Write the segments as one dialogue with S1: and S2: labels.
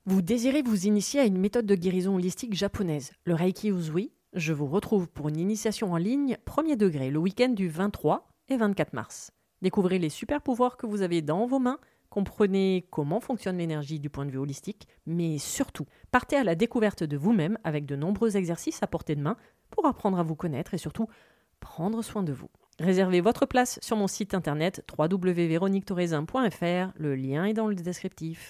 S1: Vous désirez vous initier à une méthode de guérison holistique japonaise, le Reiki Usui? Je vous retrouve pour une initiation en ligne premier degré le week-end du 23 et 24 mars. Découvrez les super pouvoirs que vous avez dans vos mains, comprenez comment fonctionne l'énergie du point de vue holistique, mais surtout, partez à la découverte de vous-même avec de nombreux exercices à portée de main pour apprendre à vous connaître et surtout prendre soin de vous. Réservez votre place sur mon site internet www.veroniquetorezin.fr, le lien est dans le descriptif.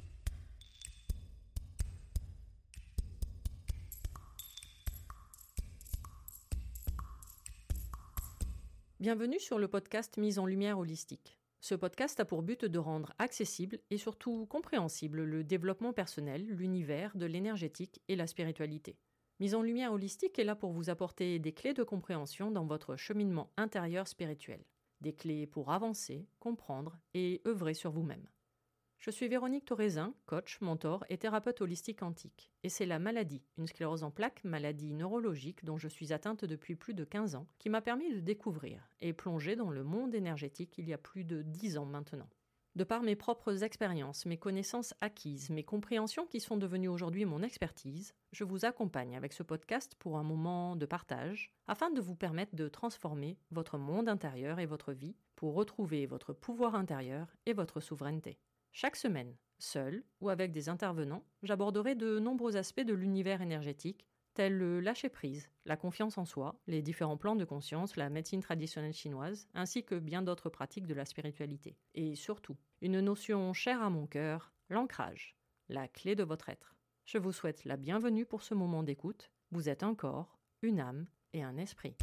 S1: Bienvenue sur le podcast Mise en lumière holistique. Ce podcast a pour but de rendre accessible et surtout compréhensible le développement personnel, l'univers de l'énergétique et la spiritualité. Mise en lumière holistique est là pour vous apporter des clés de compréhension dans votre cheminement intérieur spirituel. Des clés pour avancer, comprendre et œuvrer sur vous-même. Je suis Véronique Torezin, coach, mentor et thérapeute holistique quantique. Et c'est la maladie, une sclérose en plaques, maladie neurologique dont je suis atteinte depuis plus de 15 ans, qui m'a permis de découvrir et plonger dans le monde énergétique il y a plus de 10 ans maintenant. De par mes propres expériences, mes connaissances acquises, mes compréhensions qui sont devenues aujourd'hui mon expertise, je vous accompagne avec ce podcast pour un moment de partage, afin de vous permettre de transformer votre monde intérieur et votre vie pour retrouver votre pouvoir intérieur et votre souveraineté. Chaque semaine, seul ou avec des intervenants, j'aborderai de nombreux aspects de l'univers énergétique, tels le lâcher-prise, la confiance en soi, les différents plans de conscience, la médecine traditionnelle chinoise, ainsi que bien d'autres pratiques de la spiritualité. Et surtout, une notion chère à mon cœur, l'ancrage, la clé de votre être. Je vous souhaite la bienvenue pour ce moment d'écoute. Vous êtes un corps, une âme et un esprit.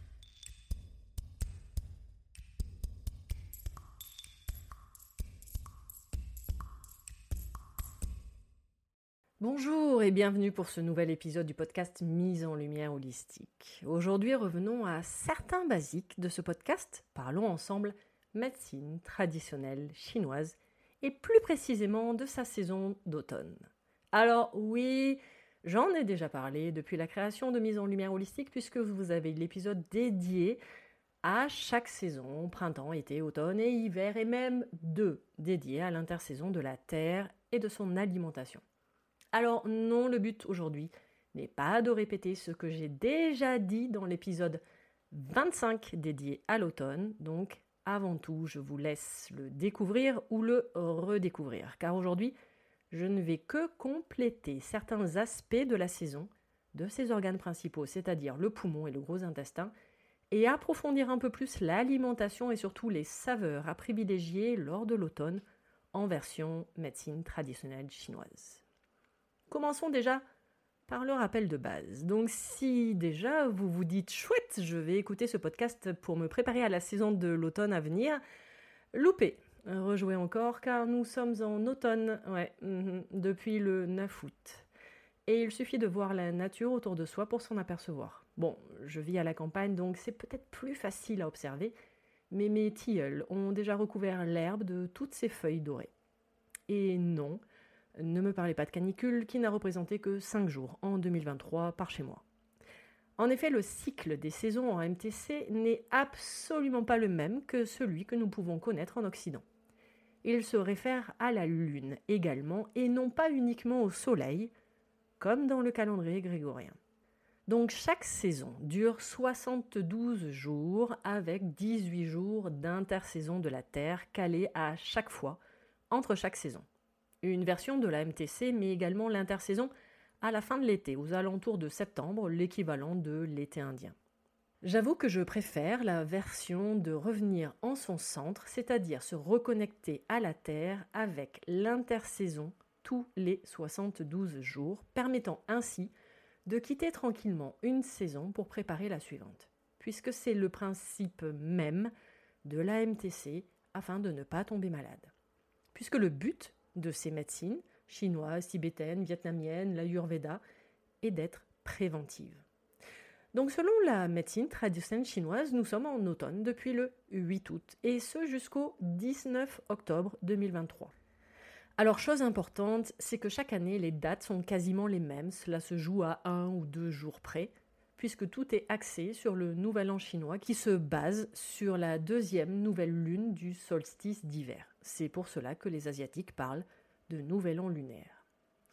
S1: Bonjour et bienvenue pour ce nouvel épisode du podcast Mise en lumière holistique. Aujourd'hui, revenons à certains basiques de ce podcast. Parlons ensemble médecine traditionnelle chinoise et plus précisément de sa saison d'automne. Alors oui, j'en ai déjà parlé depuis la création de Mise en lumière holistique puisque vous avez l'épisode dédié à chaque saison, printemps, été, automne et hiver et même deux dédiés à l'intersaison de la Terre et de son alimentation. Alors non, le but aujourd'hui n'est pas de répéter ce que j'ai déjà dit dans l'épisode 25 dédié à l'automne, donc avant tout je vous laisse le découvrir ou le redécouvrir, car aujourd'hui je ne vais que compléter certains aspects de la saison, de ses organes principaux, c'est-à-dire le poumon et le gros intestin, et approfondir un peu plus l'alimentation et surtout les saveurs à privilégier lors de l'automne en version médecine traditionnelle chinoise. Commençons déjà par le rappel de base. Donc si déjà vous vous dites « chouette, je vais écouter ce podcast pour me préparer à la saison de l'automne à venir », loupé, rejouez encore car nous sommes en automne, depuis le 9 août. Et il suffit de voir la nature autour de soi pour s'en apercevoir. Bon, je vis à la campagne donc c'est peut-être plus facile à observer, mais mes tilleuls ont déjà recouvert l'herbe de toutes ses feuilles dorées. Et non, ne me parlez pas de canicule qui n'a représenté que 5 jours en 2023 par chez moi. En effet, le cycle des saisons en MTC n'est absolument pas le même que celui que nous pouvons connaître en Occident. Il se réfère à la Lune également et non pas uniquement au Soleil, comme dans le calendrier grégorien. Donc chaque saison dure 72 jours avec 18 jours d'intersaison de la Terre calés à chaque fois entre chaque saison. Une version de la MTC, mais également l'intersaison à la fin de l'été, aux alentours de septembre, l'équivalent de l'été indien. J'avoue que je préfère la version de revenir en son centre, c'est-à-dire se reconnecter à la Terre avec l'intersaison tous les 72 jours, permettant ainsi de quitter tranquillement une saison pour préparer la suivante, puisque c'est le principe même de la MTC afin de ne pas tomber malade. Puisque le but de ces médecines, chinoises, tibétaines, vietnamiennes, l'Ayurveda, est d'être préventive. Donc selon la médecine traditionnelle chinoise, nous sommes en automne depuis le 8 août, et ce jusqu'au 19 octobre 2023. Alors chose importante, c'est que chaque année, les dates sont quasiment les mêmes, cela se joue à 1 ou 2 jours près, puisque tout est axé sur le nouvel an chinois qui se base sur la deuxième nouvelle lune du solstice d'hiver. C'est pour cela que les Asiatiques parlent de nouvel an lunaire.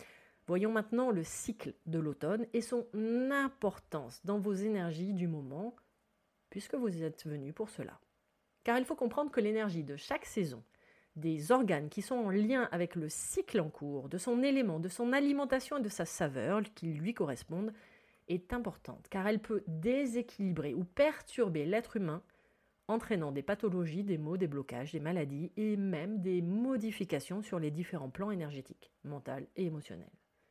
S1: Voyons maintenant le cycle de l'automne et son importance dans vos énergies du moment, puisque vous êtes venu pour cela. Car il faut comprendre que l'énergie de chaque saison, des organes qui sont en lien avec le cycle en cours, de son élément, de son alimentation et de sa saveur qui lui correspondent, est importante, car elle peut déséquilibrer ou perturber l'être humain, entraînant des pathologies, des maux, des blocages, des maladies et même des modifications sur les différents plans énergétiques, mental et émotionnel.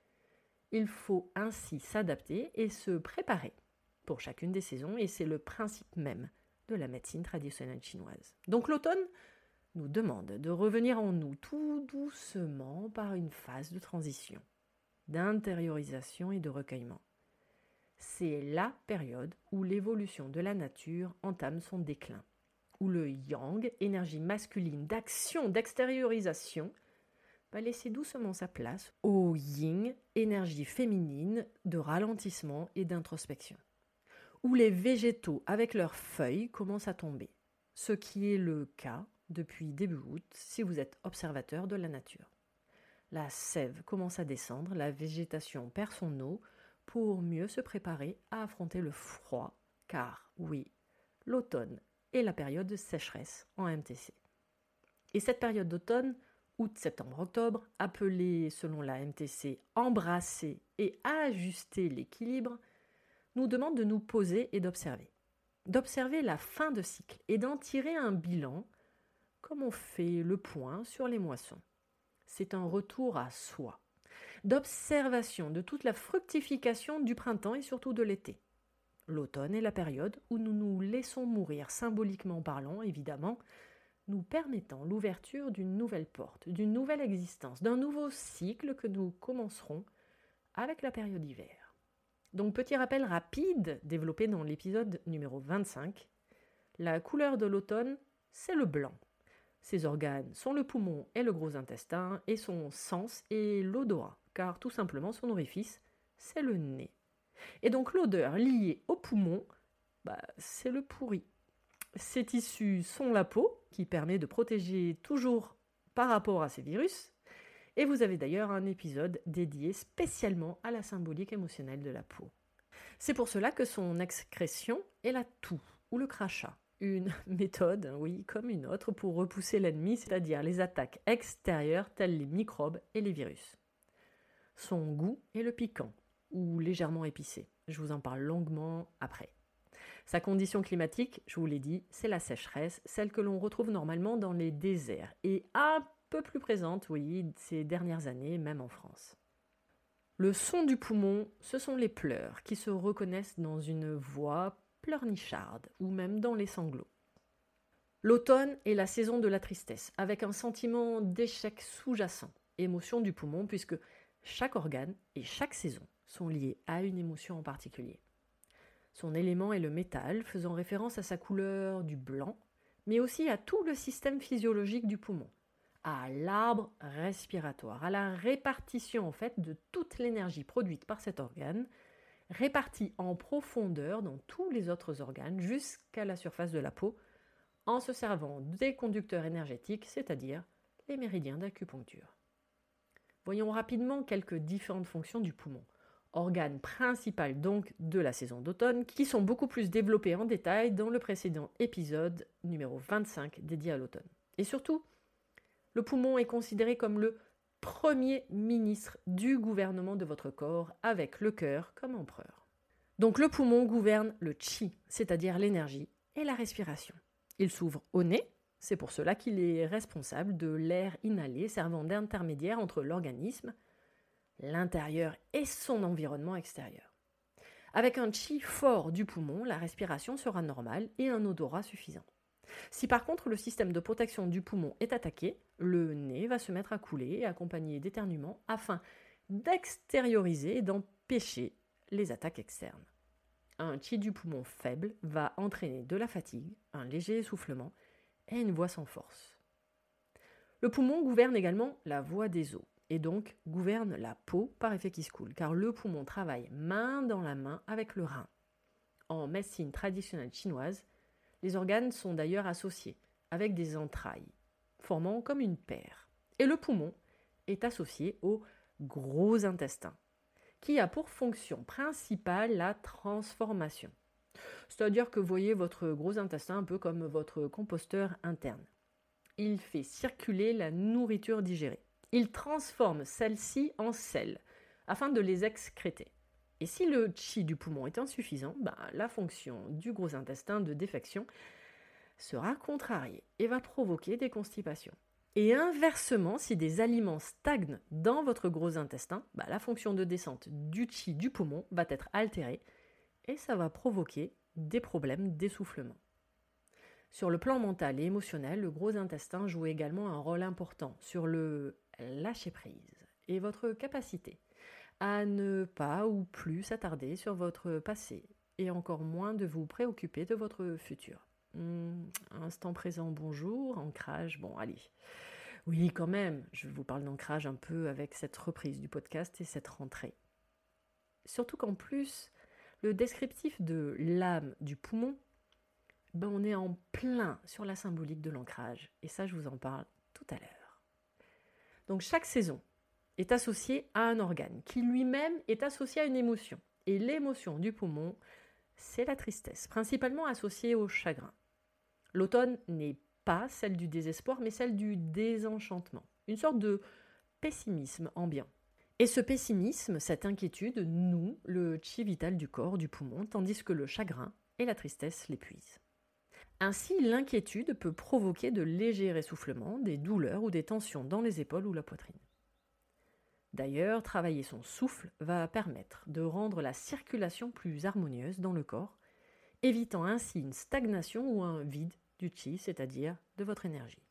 S1: Il faut ainsi s'adapter et se préparer pour chacune des saisons, et c'est le principe même de la médecine traditionnelle chinoise. Donc l'automne nous demande de revenir en nous tout doucement par une phase de transition, d'intériorisation et de recueillement. C'est la période où l'évolution de la nature entame son déclin, où le yang, énergie masculine d'action, d'extériorisation, va laisser doucement sa place au yin, énergie féminine de ralentissement et d'introspection, où les végétaux avec leurs feuilles commencent à tomber, ce qui est le cas depuis début août si vous êtes observateur de la nature. La sève commence à descendre, la végétation perd son eau pour mieux se préparer à affronter le froid, car oui, l'automne est la période de sécheresse en MTC. Et cette période d'automne, août, septembre, octobre, appelée selon la MTC embrasser et ajuster l'équilibre, nous demande de nous poser et d'observer la fin de cycle et d'en tirer un bilan comme on fait le point sur les moissons. C'est un retour à soi, d'observation de toute la fructification du printemps et surtout de l'été. L'automne est la période où nous nous laissons mourir, symboliquement parlant évidemment, nous permettant l'ouverture d'une nouvelle porte, d'une nouvelle existence, d'un nouveau cycle que nous commencerons avec la période d'hiver. Donc petit rappel rapide développé dans l'épisode numéro 25, la couleur de l'automne, c'est le blanc. Ses organes sont le poumon et le gros intestin, et son sens est l'odorat, car tout simplement son orifice, c'est le nez. Et donc l'odeur liée au poumon, c'est le pourri. Ces tissus sont la peau, qui permet de protéger toujours par rapport à ces virus, et vous avez d'ailleurs un épisode dédié spécialement à la symbolique émotionnelle de la peau. C'est pour cela que son excrétion est la toux, ou le crachat. Une méthode, oui, comme une autre, pour repousser l'ennemi, c'est-à-dire les attaques extérieures telles les microbes et les virus. Son goût est le piquant, ou légèrement épicé. Je vous en parle longuement après. Sa condition climatique, je vous l'ai dit, c'est la sécheresse, celle que l'on retrouve normalement dans les déserts, et un peu plus présente, oui, ces dernières années, même en France. Le son du poumon, ce sont les pleurs qui se reconnaissent dans une voix pleurnicharde ou même dans les sanglots. L'automne est la saison de la tristesse, avec un sentiment d'échec sous-jacent, émotion du poumon, puisque chaque organe et chaque saison sont liés à une émotion en particulier. Son élément est le métal, faisant référence à sa couleur du blanc, mais aussi à tout le système physiologique du poumon, à l'arbre respiratoire, à la répartition en fait de toute l'énergie produite par cet organe, répartie en profondeur dans tous les autres organes jusqu'à la surface de la peau, en se servant des conducteurs énergétiques, c'est-à-dire les méridiens d'acupuncture. Voyons rapidement quelques différentes fonctions du poumon, organe principal donc de la saison d'automne, qui sont beaucoup plus développées en détail dans le précédent épisode numéro 25 dédié à l'automne. Et surtout, le poumon est considéré comme le premier ministre du gouvernement de votre corps, avec le cœur comme empereur. Donc le poumon gouverne le qi, c'est-à-dire l'énergie, et la respiration. Il s'ouvre au nez, c'est pour cela qu'il est responsable de l'air inhalé servant d'intermédiaire entre l'organisme, l'intérieur et son environnement extérieur. Avec un qi fort du poumon, la respiration sera normale et un odorat suffisant. Si par contre le système de protection du poumon est attaqué, le nez va se mettre à couler, accompagné d'éternuements, afin d'extérioriser et d'empêcher les attaques externes. Un qi du poumon faible va entraîner de la fatigue, un léger essoufflement et une voix sans force. Le poumon gouverne également la voie des os, et donc gouverne la peau par effet qui se coule, car le poumon travaille main dans la main avec le rein. En médecine traditionnelle chinoise, les organes sont d'ailleurs associés avec des entrailles, formant comme une paire. Et le poumon est associé au gros intestin, qui a pour fonction principale la transformation. C'est-à-dire que vous voyez votre gros intestin un peu comme votre composteur interne. Il fait circuler la nourriture digérée. Il transforme celle-ci en sel afin de les excréter. Et si le qi du poumon est insuffisant, la fonction du gros intestin de défection sera contrariée et va provoquer des constipations. Et inversement, si des aliments stagnent dans votre gros intestin, la fonction de descente du qi du poumon va être altérée et ça va provoquer des problèmes d'essoufflement. Sur le plan mental et émotionnel, le gros intestin joue également un rôle important sur le lâcher-prise et votre capacité à ne pas ou plus s'attarder sur votre passé et encore moins de vous préoccuper de votre futur. Instant présent, bonjour, ancrage, bon allez. Oui, quand même, je vous parle d'ancrage un peu avec cette reprise du podcast et cette rentrée. Surtout qu'en plus, le descriptif de l'âme du poumon, on est en plein sur la symbolique de l'ancrage. Et ça, je vous en parle tout à l'heure. Donc chaque saison est associée à un organe qui lui-même est associé à une émotion. Et l'émotion du poumon, c'est la tristesse, principalement associée au chagrin. L'automne n'est pas celle du désespoir, mais celle du désenchantement. Une sorte de pessimisme ambiant. Et ce pessimisme, cette inquiétude, noue le qi vital du corps, du poumon, tandis que le chagrin et la tristesse l'épuisent. Ainsi, l'inquiétude peut provoquer de légers essoufflements, des douleurs ou des tensions dans les épaules ou la poitrine. D'ailleurs, travailler son souffle va permettre de rendre la circulation plus harmonieuse dans le corps, évitant ainsi une stagnation ou un vide du qi, c'est-à-dire de votre énergie.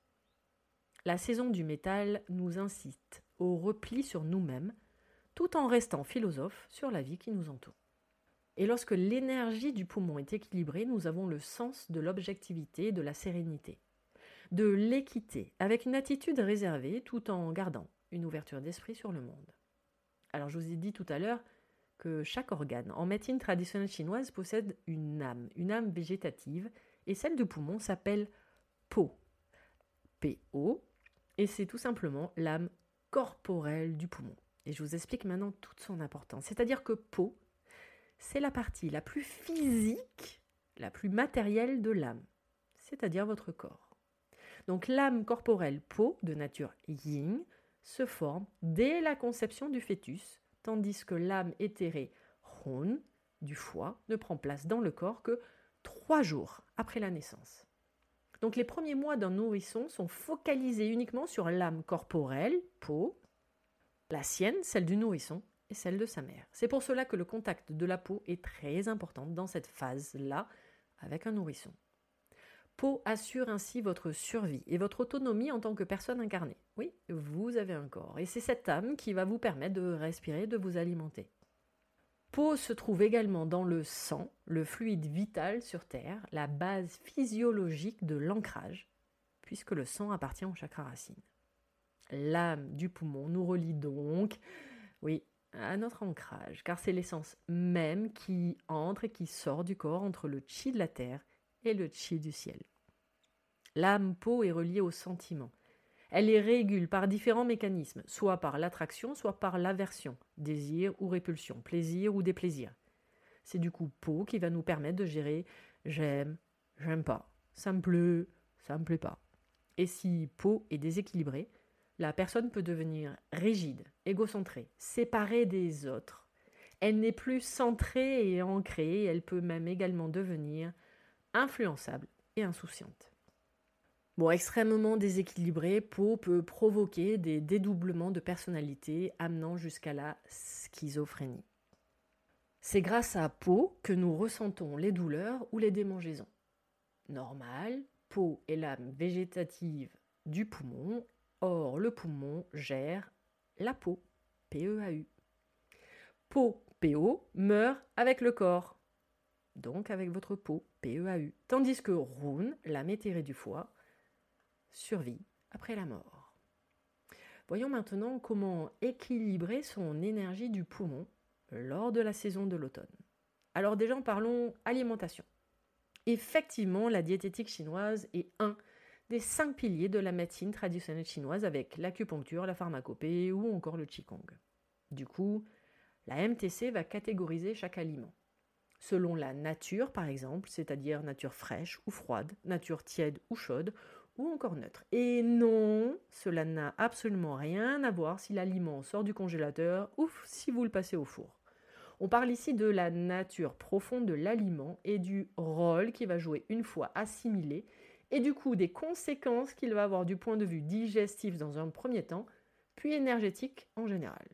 S1: La saison du métal nous incite au repli sur nous-mêmes, tout en restant philosophe sur la vie qui nous entoure. Et lorsque l'énergie du poumon est équilibrée, nous avons le sens de l'objectivité, de la sérénité, de l'équité, avec une attitude réservée tout en gardant une ouverture d'esprit sur le monde. Alors je vous ai dit tout à l'heure que chaque organe en médecine traditionnelle chinoise possède une âme végétative, et celle du poumon s'appelle Po, P-O, et c'est tout simplement l'âme corporelle du poumon. Et je vous explique maintenant toute son importance. C'est-à-dire que Po, c'est la partie la plus physique, la plus matérielle de l'âme, c'est-à-dire votre corps. Donc l'âme corporelle Po, de nature yin, se forme dès la conception du fœtus, tandis que l'âme éthérée Hun, du foie, ne prend place dans le corps que 3 jours après la naissance. Donc les premiers mois d'un nourrisson sont focalisés uniquement sur l'âme corporelle, Po, la sienne, celle du nourrisson, et celle de sa mère. C'est pour cela que le contact de la peau est très important dans cette phase-là avec un nourrisson. Po assure ainsi votre survie et votre autonomie en tant que personne incarnée. Oui, vous avez un corps, et c'est cette âme qui va vous permettre de respirer, de vous alimenter. Po se trouve également dans le sang, le fluide vital sur Terre, la base physiologique de l'ancrage, puisque le sang appartient au chakra racine. L'âme du poumon nous relie donc, à notre ancrage, car c'est l'essence même qui entre et qui sort du corps entre le qi de la terre et le qi du ciel. L'âme Po est reliée au sentiment. Elle les régule par différents mécanismes, soit par l'attraction, soit par l'aversion, désir ou répulsion, plaisir ou déplaisir. C'est du coup Po qui va nous permettre de gérer j'aime, j'aime pas, ça me plaît pas. Et si Po est déséquilibré, la personne peut devenir rigide, égocentrée, séparée des autres. Elle n'est plus centrée et ancrée, elle peut même également devenir influençable et insouciante. Extrêmement déséquilibré, Po peut provoquer des dédoublements de personnalité amenant jusqu'à la schizophrénie. C'est grâce à Po que nous ressentons les douleurs ou les démangeaisons. Normal, Po est l'âme végétative du poumon. Or, le poumon gère la peau, P-E-A-U. Po, P-O, meurt avec le corps, donc avec votre peau, P-E-A-U. Tandis que Run, l'âme éthérée du foie, survit après la mort. Voyons maintenant comment équilibrer son énergie du poumon lors de la saison de l'automne. Alors déjà, parlons alimentation. Effectivement, la diététique chinoise est un des 5 piliers de la médecine traditionnelle chinoise avec l'acupuncture, la pharmacopée ou encore le qigong. Du coup, la MTC va catégoriser chaque aliment. Selon la nature, par exemple, c'est-à-dire nature fraîche ou froide, nature tiède ou chaude, ou encore neutre. Et non, cela n'a absolument rien à voir si l'aliment sort du congélateur ou si vous le passez au four. On parle ici de la nature profonde de l'aliment et du rôle qu'il va jouer une fois assimilé, et du coup des conséquences qu'il va avoir du point de vue digestif dans un premier temps, puis énergétique en général.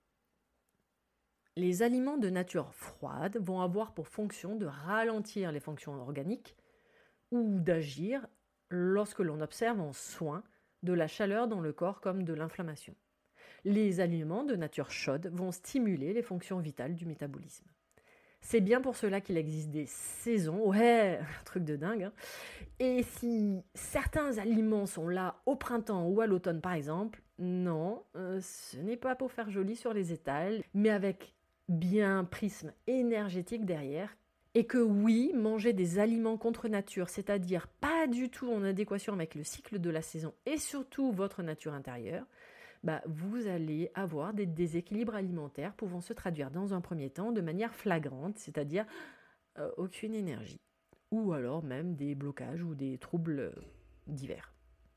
S1: Les aliments de nature froide vont avoir pour fonction de ralentir les fonctions organiques ou d'agir lorsque l'on observe en soin de la chaleur dans le corps comme de l'inflammation. Les aliments de nature chaude vont stimuler les fonctions vitales du métabolisme. C'est bien pour cela qu'il existe des saisons, ouais, un truc de dingue, hein. Et si certains aliments sont là au printemps ou à l'automne par exemple, non, ce n'est pas pour faire joli sur les étals, mais avec bien un prisme énergétique derrière. Et que oui, manger des aliments contre nature, c'est-à-dire pas du tout en adéquation avec le cycle de la saison et surtout votre nature intérieure, vous allez avoir des déséquilibres alimentaires pouvant se traduire dans un premier temps de manière flagrante, c'est-à-dire aucune énergie, ou alors même des blocages ou des troubles divers.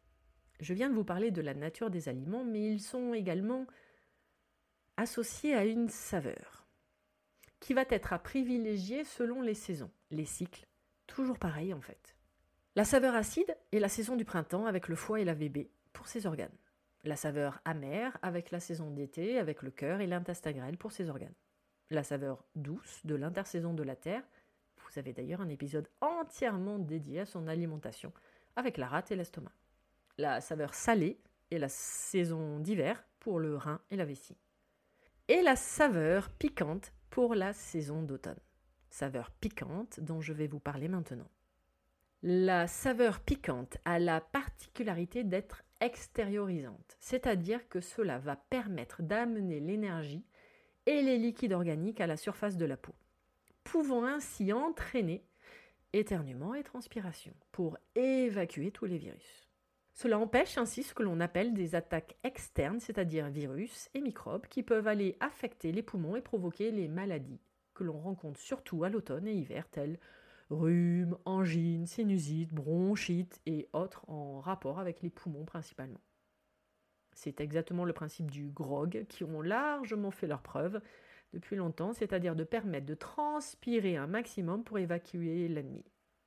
S1: Je viens de vous parler de la nature des aliments, mais ils sont également associés à une saveur, qui va être à privilégier selon les saisons, les cycles, toujours pareil en fait. La saveur acide est la saison du printemps avec le foie et la VB pour ses organes. La saveur amère avec la saison d'été, avec le cœur et l'intestin grêle pour ses organes. La saveur douce de l'intersaison de la terre, vous avez d'ailleurs un épisode entièrement dédié à son alimentation, avec la rate et l'estomac. La saveur salée est la saison d'hiver pour le rein et la vessie. Et la saveur piquante pour la saison d'automne. Saveur piquante dont je vais vous parler maintenant. La saveur piquante a la particularité d'être extériorisante, c'est-à-dire que cela va permettre d'amener l'énergie et les liquides organiques à la surface de la peau, pouvant ainsi entraîner éternuement et transpiration pour évacuer tous les virus. Cela empêche ainsi ce que l'on appelle des attaques externes, c'est-à-dire virus et microbes qui peuvent aller affecter les poumons et provoquer les maladies que l'on rencontre surtout à l'automne et hiver, telles rhume, angine, sinusite, bronchite et autres en rapport avec les poumons principalement. C'est exactement le principe du grog qui ont largement fait leurs preuves depuis longtemps, c'est-à-dire de permettre de transpirer un maximum pour évacuer l'ennemi.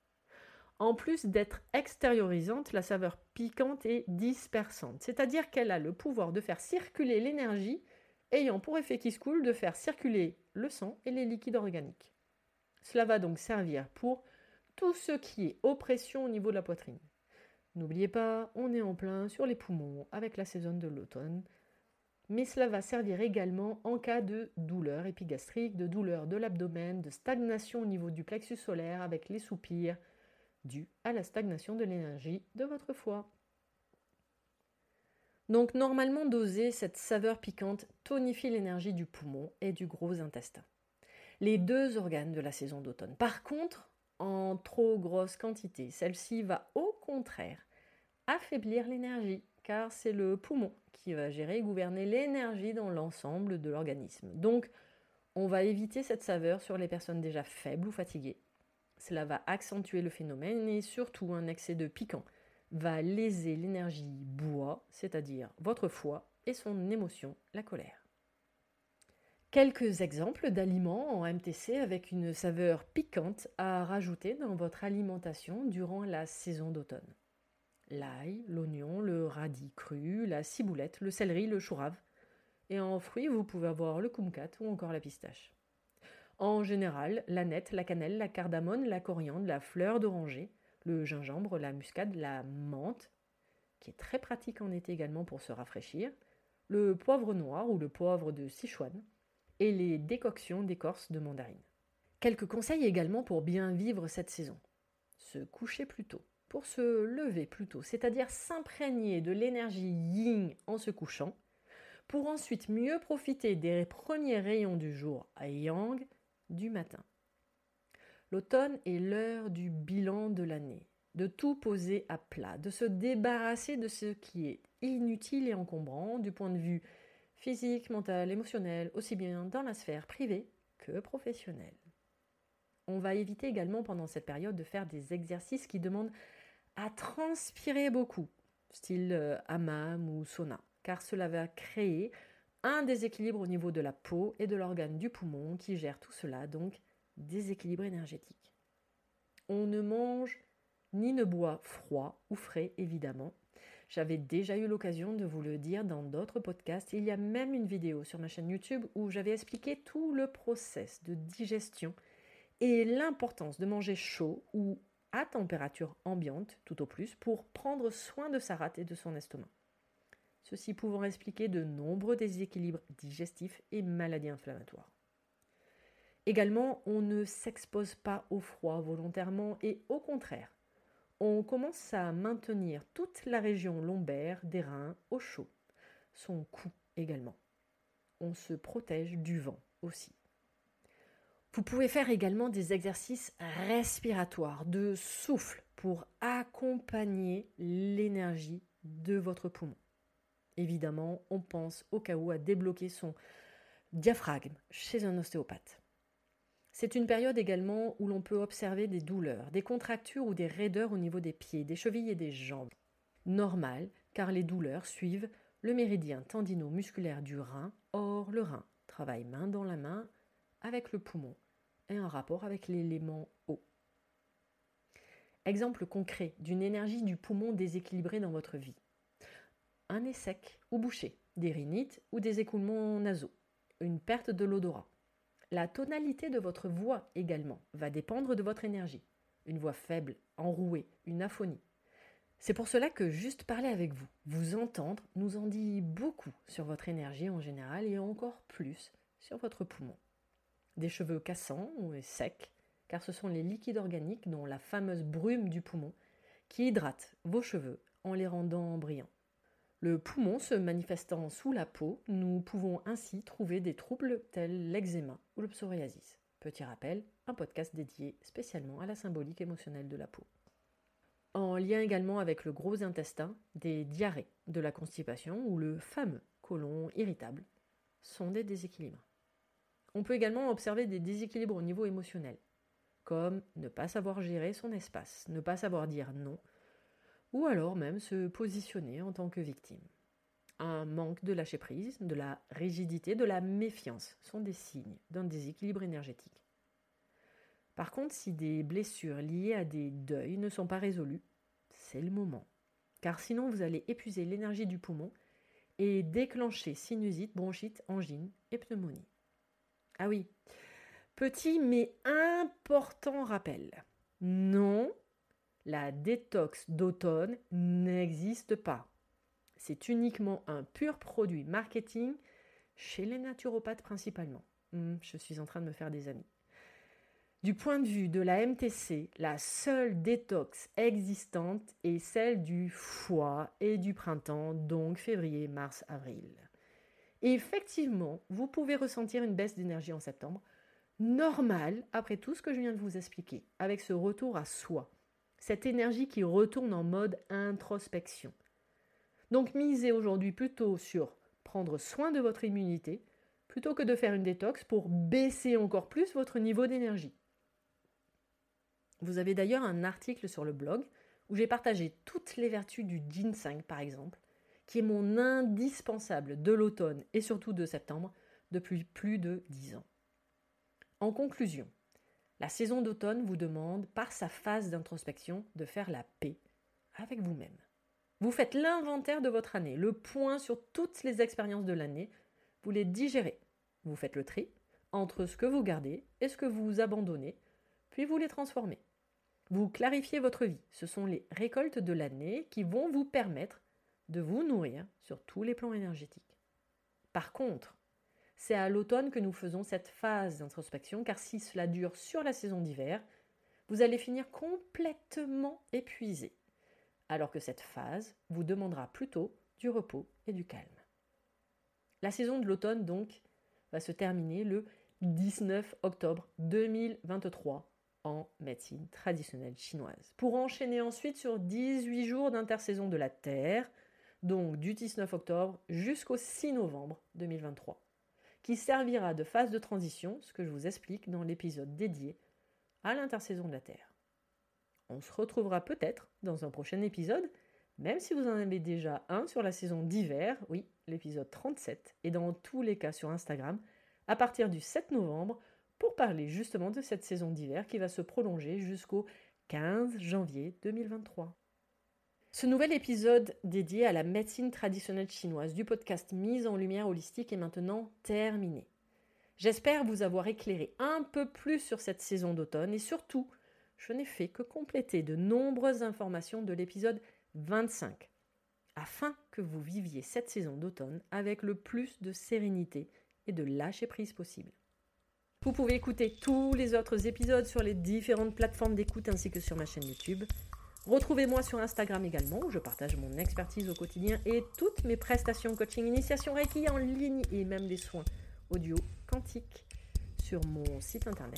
S1: En plus d'être extériorisante, la saveur piquante est dispersante, c'est-à-dire qu'elle a le pouvoir de faire circuler l'énergie ayant pour effet qui se coule de faire circuler le sang et les liquides organiques. Cela va donc servir pour tout ce qui est oppression au niveau de la poitrine. N'oubliez pas, on est en plein sur les poumons avec la saison de l'automne, mais cela va servir également en cas de douleur épigastrique, de douleur de l'abdomen, de stagnation au niveau du plexus solaire avec les soupirs, dû à la stagnation de l'énergie de votre foie. Donc normalement dosée, cette saveur piquante tonifie l'énergie du poumon et du gros intestin. Les deux organes de la saison d'automne. Par contre, en trop grosse quantité, celle-ci va au contraire affaiblir l'énergie, car c'est le poumon qui va gérer et gouverner l'énergie dans l'ensemble de l'organisme. Donc, on va éviter cette saveur sur les personnes déjà faibles ou fatiguées. Cela va accentuer le phénomène et surtout un excès de piquant va léser l'énergie bois, c'est-à-dire votre foie et son émotion, la colère. Quelques exemples d'aliments en MTC avec une saveur piquante à rajouter dans votre alimentation durant la saison d'automne. L'ail, l'oignon, le radis cru, la ciboulette, le céleri, le chou rave. Et en fruits, vous pouvez avoir le kumquat ou encore la pistache. En général, l'aneth, la cannelle, la cardamone, la coriandre, la fleur d'oranger, le gingembre, la muscade, la menthe, qui est très pratique en été également pour se rafraîchir, le poivre noir ou le poivre de Sichuan, et les décoctions d'écorce de mandarine. Quelques conseils également pour bien vivre cette saison. Se coucher plus tôt, pour se lever plus tôt, c'est-à-dire s'imprégner de l'énergie yin en se couchant, pour ensuite mieux profiter des premiers rayons du jour à yang du matin. L'automne est l'heure du bilan de l'année, de tout poser à plat, de se débarrasser de ce qui est inutile et encombrant du point de vue physique, mentale, émotionnelle, aussi bien dans la sphère privée que professionnelle. On va éviter également pendant cette période de faire des exercices qui demandent à transpirer beaucoup, style hammam ou sauna, car cela va créer un déséquilibre au niveau de la peau et de l'organe du poumon qui gère tout cela, donc déséquilibre énergétique. On ne mange ni ne boit froid ou frais, évidemment. J'avais déjà eu l'occasion de vous le dire dans d'autres podcasts. Il y a même une vidéo sur ma chaîne YouTube où j'avais expliqué tout le process de digestion et l'importance de manger chaud ou à température ambiante, tout au plus, pour prendre soin de sa rate et de son estomac. Ceci pouvant expliquer de nombreux déséquilibres digestifs et maladies inflammatoires. Également, on ne s'expose pas au froid volontairement et au contraire, on commence à maintenir toute la région lombaire des reins au chaud, son cou également. On se protège du vent aussi. Vous pouvez faire également des exercices respiratoires, de souffle, pour accompagner l'énergie de votre poumon. Évidemment, on pense au cas où à débloquer son diaphragme chez un ostéopathe. C'est une période également où l'on peut observer des douleurs, des contractures ou des raideurs au niveau des pieds, des chevilles et des jambes. Normal, car les douleurs suivent le méridien tendino-musculaire du rein. Or, le rein travaille main dans la main avec le poumon et un rapport avec l'élément eau. Exemple concret d'une énergie du poumon déséquilibrée dans votre vie. Un nez sec ou bouché, des rhinites ou des écoulements nasaux, une perte de l'odorat. La tonalité de votre voix également va dépendre de votre énergie. Une voix faible, enrouée, une aphonie. C'est pour cela que juste parler avec vous, vous entendre, nous en dit beaucoup sur votre énergie en général et encore plus sur votre poumon. Des cheveux cassants ou secs, car ce sont les liquides organiques, dont la fameuse brume du poumon, qui hydratent vos cheveux en les rendant brillants. Le poumon se manifestant sous la peau, nous pouvons ainsi trouver des troubles tels l'eczéma ou le psoriasis. Petit rappel, un podcast dédié spécialement à la symbolique émotionnelle de la peau. En lien également avec le gros intestin, des diarrhées, de la constipation ou le fameux côlon irritable sont des déséquilibres. On peut également observer des déséquilibres au niveau émotionnel, comme ne pas savoir gérer son espace, ne pas savoir dire non, ou alors même se positionner en tant que victime. Un manque de lâcher-prise, de la rigidité, de la méfiance sont des signes d'un déséquilibre énergétique. Par contre, si des blessures liées à des deuils ne sont pas résolues, c'est le moment. Car sinon, vous allez épuiser l'énergie du poumon et déclencher sinusite, bronchite, angine et pneumonie. Ah oui, petit mais important rappel. Non, la détox d'automne n'existe pas. C'est uniquement un pur produit marketing chez les naturopathes principalement. Je suis en train de me faire des amis. Du point de vue de la MTC, la seule détox existante est celle du foie et du printemps, donc février, mars, avril. Et effectivement, vous pouvez ressentir une baisse d'énergie en septembre, normale après tout ce que je viens de vous expliquer, avec ce retour à soi, cette énergie qui retourne en mode introspection. Donc misez aujourd'hui plutôt sur prendre soin de votre immunité, plutôt que de faire une détox pour baisser encore plus votre niveau d'énergie. Vous avez d'ailleurs un article sur le blog où j'ai partagé toutes les vertus du ginseng par exemple, qui est mon indispensable de l'automne et surtout de septembre depuis plus de 10 ans. En conclusion, la saison d'automne vous demande, par sa phase d'introspection, de faire la paix avec vous-même. Vous faites l'inventaire de votre année, le point sur toutes les expériences de l'année, vous les digérez. Vous faites le tri entre ce que vous gardez et ce que vous abandonnez, puis vous les transformez. Vous clarifiez votre vie. Ce sont les récoltes de l'année qui vont vous permettre de vous nourrir sur tous les plans énergétiques. Par contre, c'est à l'automne que nous faisons cette phase d'introspection, car si cela dure sur la saison d'hiver, vous allez finir complètement épuisé, alors que cette phase vous demandera plutôt du repos et du calme. La saison de l'automne, donc, va se terminer le 19 octobre 2023 en médecine traditionnelle chinoise, pour enchaîner ensuite sur 18 jours d'intersaison de la Terre, donc du 19 octobre jusqu'au 6 novembre 2023, qui servira de phase de transition, ce que je vous explique dans l'épisode dédié à l'intersaison de la Terre. On se retrouvera peut-être dans un prochain épisode, même si vous en avez déjà un sur la saison d'hiver, oui, l'épisode 37, et dans tous les cas sur Instagram, à partir du 7 novembre, pour parler justement de cette saison d'hiver qui va se prolonger jusqu'au 15 janvier 2023. Ce nouvel épisode dédié à la médecine traditionnelle chinoise du podcast Mise en lumière holistique est maintenant terminé. J'espère vous avoir éclairé un peu plus sur cette saison d'automne et surtout, je n'ai fait que compléter de nombreuses informations de l'épisode 25 afin que vous viviez cette saison d'automne avec le plus de sérénité et de lâcher prise possible. Vous pouvez écouter tous les autres épisodes sur les différentes plateformes d'écoute ainsi que sur ma chaîne YouTube. Retrouvez-moi sur Instagram également où je partage mon expertise au quotidien et toutes mes prestations coaching, initiation Reiki en ligne et même des soins audio quantiques sur mon site internet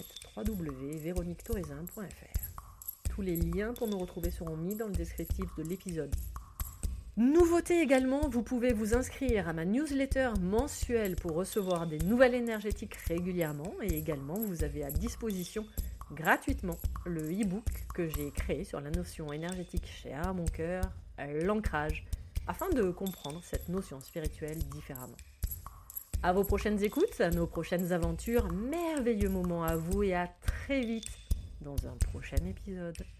S1: www.veroniquetoraisin.fr. Tous les liens pour me retrouver seront mis dans le descriptif de l'épisode. Nouveauté également, vous pouvez vous inscrire à ma newsletter mensuelle pour recevoir des nouvelles énergétiques régulièrement et également vous avez à disposition gratuitement le e-book que j'ai créé sur la notion énergétique chère à mon cœur, l'ancrage, afin de comprendre cette notion spirituelle différemment. À vos prochaines écoutes, à nos prochaines aventures, merveilleux moments à vous et à très vite dans un prochain épisode.